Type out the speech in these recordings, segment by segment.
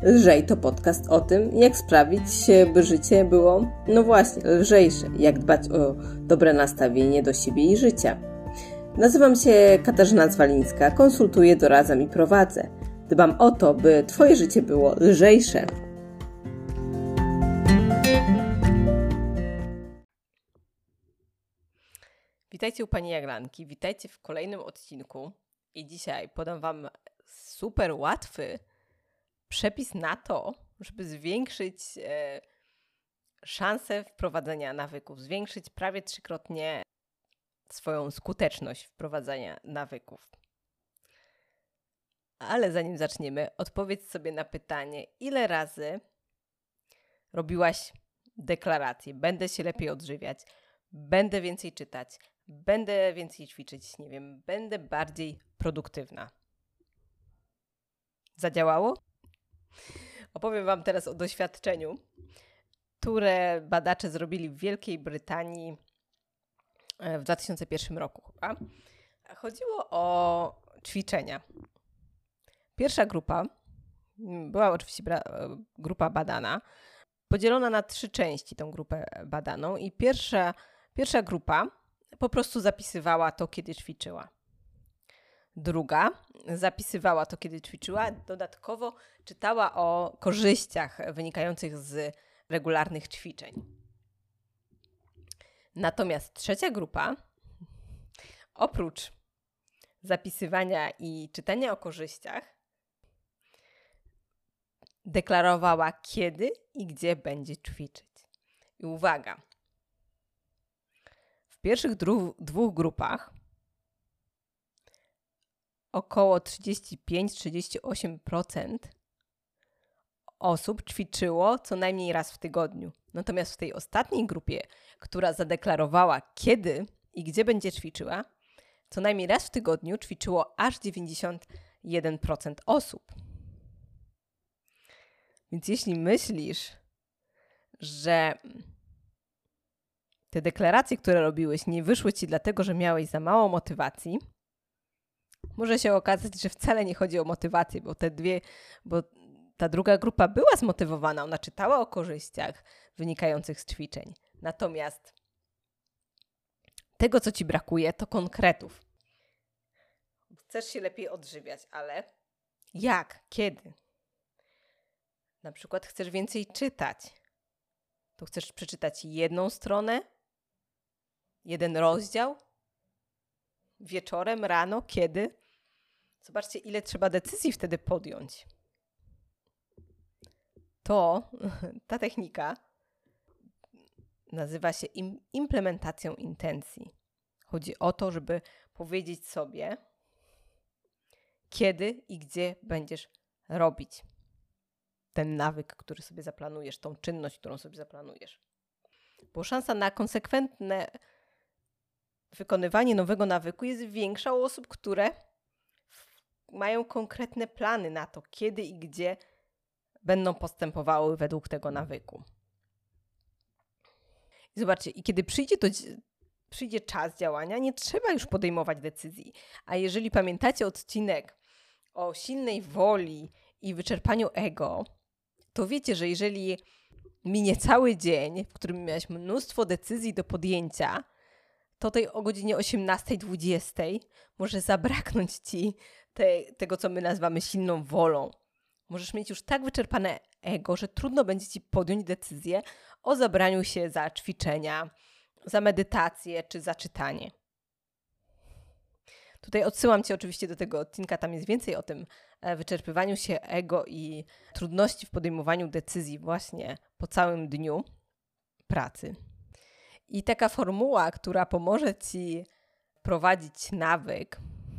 Lżej to podcast o tym, jak sprawić, by życie było, no właśnie, lżejsze. Jak dbać o dobre nastawienie do siebie i życia. Nazywam się Katarzyna Zwalińska, konsultuję, doradzam i prowadzę. Dbam o to, by Twoje życie było lżejsze. Witajcie u Pani Jaglanki, witajcie w kolejnym odcinku i dzisiaj podam Wam super łatwy przepis na to, żeby zwiększyć szansę wprowadzenia nawyków, zwiększyć prawie 3-krotnie swoją skuteczność wprowadzania nawyków. Ale zanim zaczniemy, odpowiedz sobie na pytanie, ile razy robiłaś deklarację, będę się lepiej odżywiać, będę więcej czytać, będę więcej ćwiczyć, nie wiem, będę bardziej produktywna. Zadziałało? Opowiem Wam teraz o doświadczeniu, które badacze zrobili w Wielkiej Brytanii w 2001 roku chyba. Chodziło o ćwiczenia. Pierwsza grupa, była oczywiście grupa badana, podzielona na 3 części tą grupę badaną i pierwsza grupa po prostu zapisywała to, kiedy ćwiczyła. Druga zapisywała to, kiedy ćwiczyła, dodatkowo czytała o korzyściach wynikających z regularnych ćwiczeń. Natomiast trzecia grupa, oprócz zapisywania i czytania o korzyściach, deklarowała, kiedy i gdzie będzie ćwiczyć. I uwaga, w pierwszych dwóch grupach około 35-38% osób ćwiczyło co najmniej raz w tygodniu. Natomiast w tej ostatniej grupie, która zadeklarowała, kiedy i gdzie będzie ćwiczyła, co najmniej raz w tygodniu ćwiczyło aż 91% osób. Więc jeśli myślisz, że te deklaracje, które robiłeś, nie wyszły ci dlatego, że miałeś za mało motywacji, może się okazać, że wcale nie chodzi o motywację, bo ta druga grupa była zmotywowana, ona czytała o korzyściach wynikających z ćwiczeń. Natomiast tego, co ci brakuje, to konkretów. Chcesz się lepiej odżywiać, ale jak? Kiedy? Na przykład chcesz więcej czytać. To chcesz przeczytać jedną stronę, jeden rozdział, wieczorem, rano, kiedy? Zobaczcie, ile trzeba decyzji wtedy podjąć. Ta technika nazywa się implementacją intencji. Chodzi o to, żeby powiedzieć sobie, kiedy i gdzie będziesz robić ten nawyk, który sobie zaplanujesz, tą czynność, którą sobie zaplanujesz. Bo szansa na konsekwentne wykonywanie nowego nawyku jest większa u osób, które mają konkretne plany na to, kiedy i gdzie będą postępowały według tego nawyku. I zobaczcie, i kiedy przyjdzie czas działania, nie trzeba już podejmować decyzji. A jeżeli pamiętacie odcinek o silnej woli i wyczerpaniu ego, to wiecie, że jeżeli minie cały dzień, w którym miałeś mnóstwo decyzji do podjęcia, to tej o godzinie 18:20 może zabraknąć ci tego, co my nazywamy silną wolą. Możesz mieć już tak wyczerpane ego, że trudno będzie ci podjąć decyzję o zabraniu się za ćwiczenia, za medytację czy za czytanie. Tutaj odsyłam cię oczywiście do tego odcinka, tam jest więcej o tym wyczerpywaniu się ego i trudności w podejmowaniu decyzji właśnie po całym dniu pracy. I taka formuła, która pomoże ci prowadzić nawyk,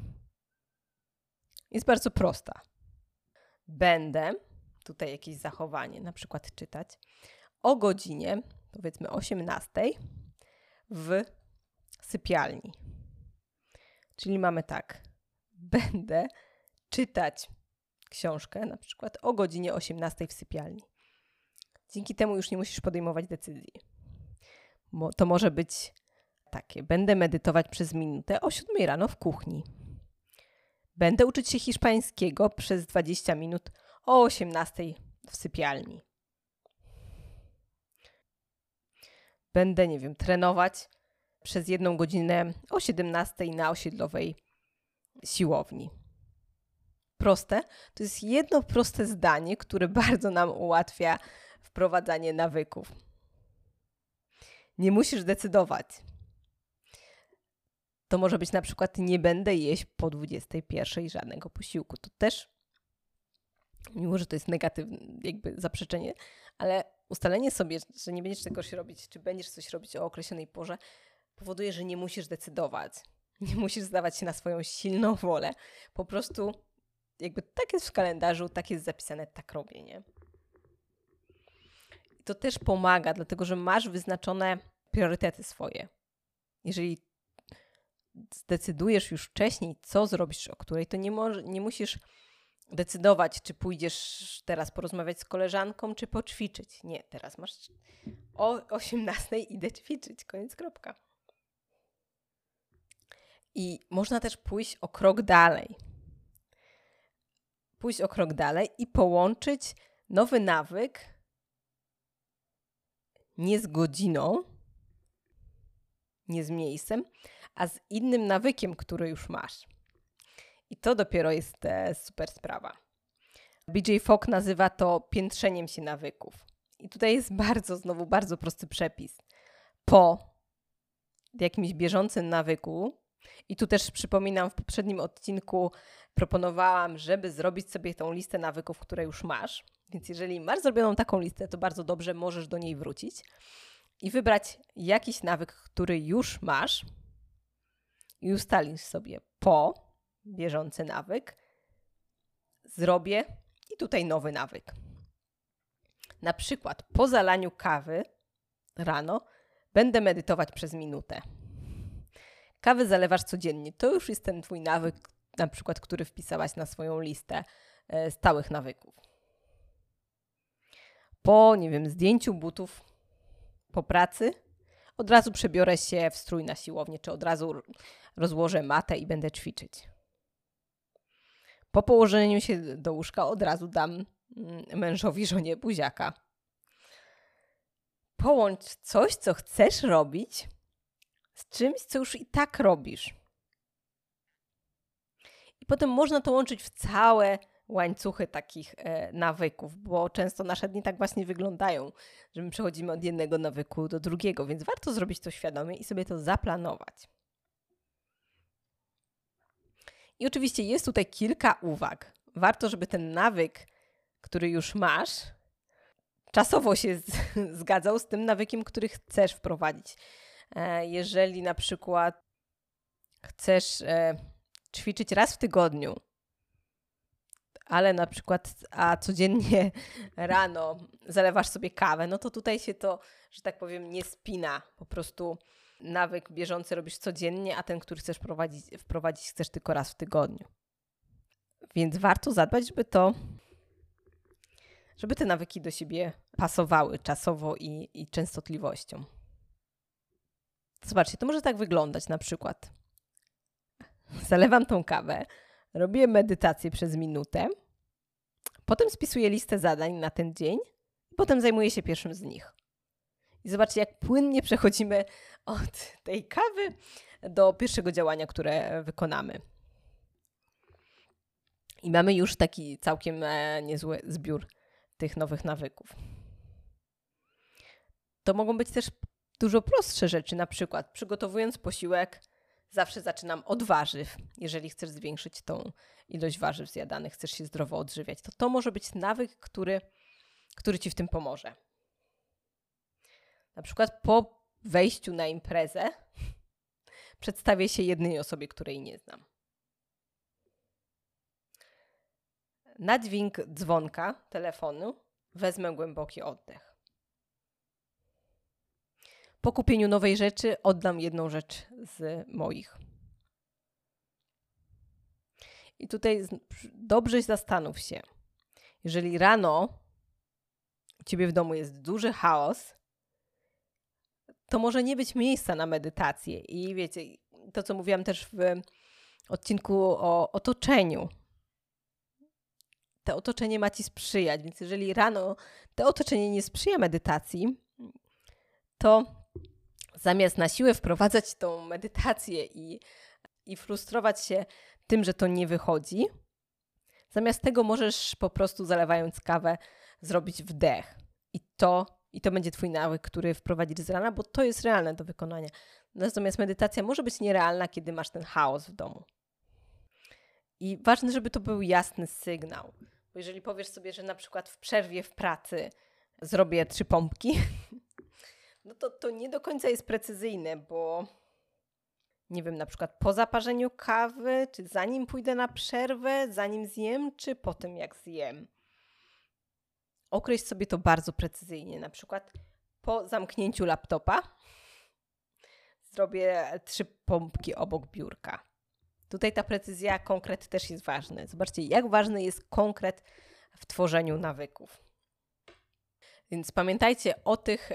jest bardzo prosta. Będę, tutaj jakieś zachowanie, na przykład czytać, o godzinie, powiedzmy 18:00 w sypialni. Czyli mamy tak, będę czytać książkę, na przykład o godzinie 18:00 w sypialni. Dzięki temu już nie musisz podejmować decyzji. To może być takie, będę medytować przez minutę o 7:00 rano w kuchni. Będę uczyć się hiszpańskiego przez 20 minut o 18:00 w sypialni. Będę, nie wiem, trenować przez 1 godzinę o 17 na osiedlowej siłowni. Proste. To jest jedno proste zdanie, które bardzo nam ułatwia wprowadzanie nawyków. Nie musisz decydować. To może być na przykład nie będę jeść po 21 żadnego posiłku. To też, mimo że to jest negatywne jakby zaprzeczenie, ale ustalenie sobie, że nie będziesz czegoś robić, czy będziesz coś robić o określonej porze, powoduje, że nie musisz decydować. Nie musisz zdawać się na swoją silną wolę. Po prostu jakby tak jest w kalendarzu, tak jest zapisane, tak robię, nie? I to też pomaga, dlatego że masz wyznaczone priorytety swoje. Jeżeli zdecydujesz już wcześniej, co zrobisz, o której, to nie musisz decydować, czy pójdziesz teraz porozmawiać z koleżanką, czy poćwiczyć. Nie, teraz masz o 18 idę ćwiczyć, koniec, kropka. I można też pójść o krok dalej. Pójść o krok dalej i połączyć nowy nawyk nie z godziną, nie z miejscem, a z innym nawykiem, który już masz. I to dopiero jest super sprawa. BJ Fogg nazywa to piętrzeniem się nawyków. I tutaj jest bardzo prosty przepis. Po jakimś bieżącym nawyku, i tu też przypominam, w poprzednim odcinku proponowałam, żeby zrobić sobie tą listę nawyków, które już masz. Więc jeżeli masz zrobioną taką listę, to bardzo dobrze możesz do niej wrócić i wybrać jakiś nawyk, który już masz i ustalisz sobie po bieżący nawyk, zrobię i tutaj nowy nawyk. Na przykład po zalaniu kawy rano będę medytować przez minutę. Kawę zalewasz codziennie. To już jest ten twój nawyk, na przykład, który wpisałaś na swoją listę stałych nawyków. Po, nie wiem, zdjęciu butów po pracy od razu przebiorę się w strój na siłownię, czy od razu rozłożę matę i będę ćwiczyć. Po położeniu się do łóżka od razu dam mężowi, żonie buziaka. Połącz coś, co chcesz robić, z czymś, co już i tak robisz. I potem można to łączyć w całe łańcuchy takich nawyków, bo często nasze dni tak właśnie wyglądają, że my przechodzimy od jednego nawyku do drugiego, więc warto zrobić to świadomie i sobie to zaplanować. I oczywiście jest tutaj kilka uwag. Warto, żeby ten nawyk, który już masz, czasowo się zgadzał z tym nawykiem, który chcesz wprowadzić. Jeżeli na przykład chcesz ćwiczyć raz w tygodniu, ale na przykład codziennie rano zalewasz sobie kawę, no to tutaj się to, że tak powiem, nie spina. Po prostu nawyk bieżący robisz codziennie, a ten, który chcesz wprowadzić chcesz tylko raz w tygodniu. Więc warto zadbać, żeby te nawyki do siebie pasowały czasowo i częstotliwością. Zobaczcie, to może tak wyglądać na przykład. Zalewam tą kawę, robię medytację przez minutę, potem spisuję listę zadań na ten dzień i potem zajmuję się pierwszym z nich. I zobaczcie, jak płynnie przechodzimy od tej kawy do pierwszego działania, które wykonamy. I mamy już taki całkiem niezły zbiór tych nowych nawyków. To mogą być też dużo prostsze rzeczy, na przykład przygotowując posiłek, zawsze zaczynam od warzyw. Jeżeli chcesz zwiększyć tą ilość warzyw zjadanych, chcesz się zdrowo odżywiać, to może być nawyk, który ci w tym pomoże. Na przykład po wejściu na imprezę przedstawię się jednej osobie, której nie znam. Na dźwięk dzwonka telefonu wezmę głęboki oddech. Po kupieniu nowej rzeczy oddam jedną rzecz z moich. I tutaj dobrze zastanów się. Jeżeli rano u ciebie w domu jest duży chaos, to może nie być miejsca na medytację. I wiecie, to co mówiłam też w odcinku o otoczeniu. te otoczenie ma ci sprzyjać. Więc jeżeli rano to otoczenie nie sprzyja medytacji, to zamiast na siłę wprowadzać tą medytację i frustrować się tym, że to nie wychodzi, zamiast tego możesz po prostu zalewając kawę zrobić wdech. I to będzie twój nawyk, który wprowadzisz z rana, bo to jest realne do wykonania. Natomiast medytacja może być nierealna, kiedy masz ten chaos w domu. I ważne, żeby to był jasny sygnał. Bo jeżeli powiesz sobie, że na przykład w przerwie w pracy zrobię 3 pompki, no to nie do końca jest precyzyjne, bo nie wiem, na przykład po zaparzeniu kawy, czy zanim pójdę na przerwę, zanim zjem, czy po tym jak zjem. Określ sobie to bardzo precyzyjnie. Na przykład po zamknięciu laptopa zrobię 3 pompki obok biurka. Tutaj ta precyzja, konkret też jest ważny. Zobaczcie, jak ważny jest konkret w tworzeniu nawyków. Więc pamiętajcie o tych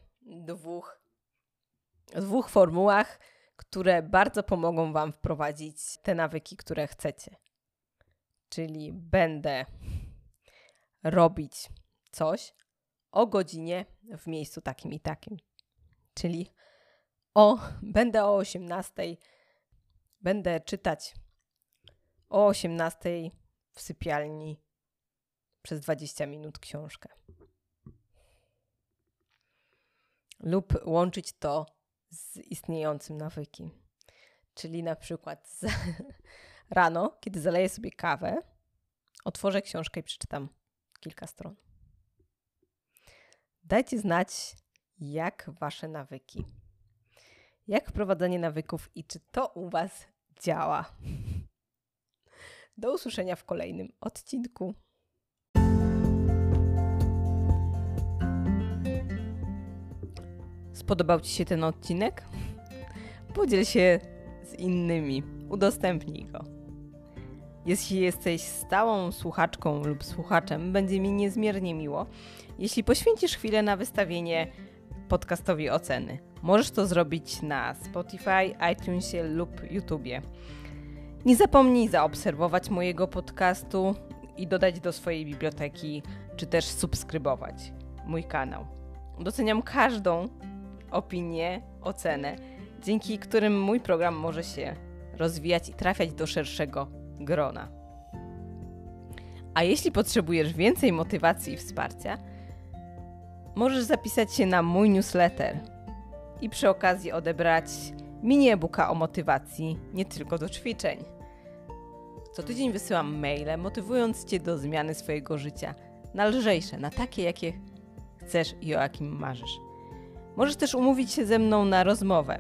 dwóch formułach, które bardzo pomogą wam wprowadzić te nawyki, które chcecie. Czyli będę robić coś o godzinie w miejscu takim i takim. Czyli będę o 18:00, będę czytać o 18:00 w sypialni przez 20 minut książkę. Lub łączyć to z istniejącym nawykiem. Czyli na przykład rano, kiedy zaleję sobie kawę, otworzę książkę i przeczytam kilka stron. Dajcie znać, jak wasze nawyki. Jak wprowadzanie nawyków i czy to u was działa. Do usłyszenia w kolejnym odcinku. Spodobał ci się ten odcinek? Podziel się z innymi. Udostępnij go. Jeśli jesteś stałą słuchaczką lub słuchaczem, będzie mi niezmiernie miło, jeśli poświęcisz chwilę na wystawienie podcastowi oceny. Możesz to zrobić na Spotify, iTunesie lub YouTubie. Nie zapomnij zaobserwować mojego podcastu i dodać do swojej biblioteki, czy też subskrybować mój kanał. Doceniam każdą opinię, ocenę, dzięki którym mój program może się rozwijać i trafiać do szerszego grona. A jeśli potrzebujesz więcej motywacji i wsparcia, możesz zapisać się na mój newsletter i przy okazji odebrać mini e-booka o motywacji, nie tylko do ćwiczeń. Co tydzień wysyłam maile, motywując Cię do zmiany swojego życia na lżejsze, na takie, jakie chcesz i o jakim marzysz. Możesz też umówić się ze mną na rozmowę.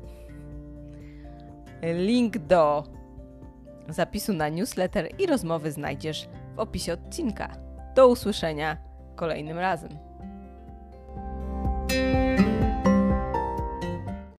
Link do zapisu na newsletter i rozmowy znajdziesz w opisie odcinka. Do usłyszenia kolejnym razem.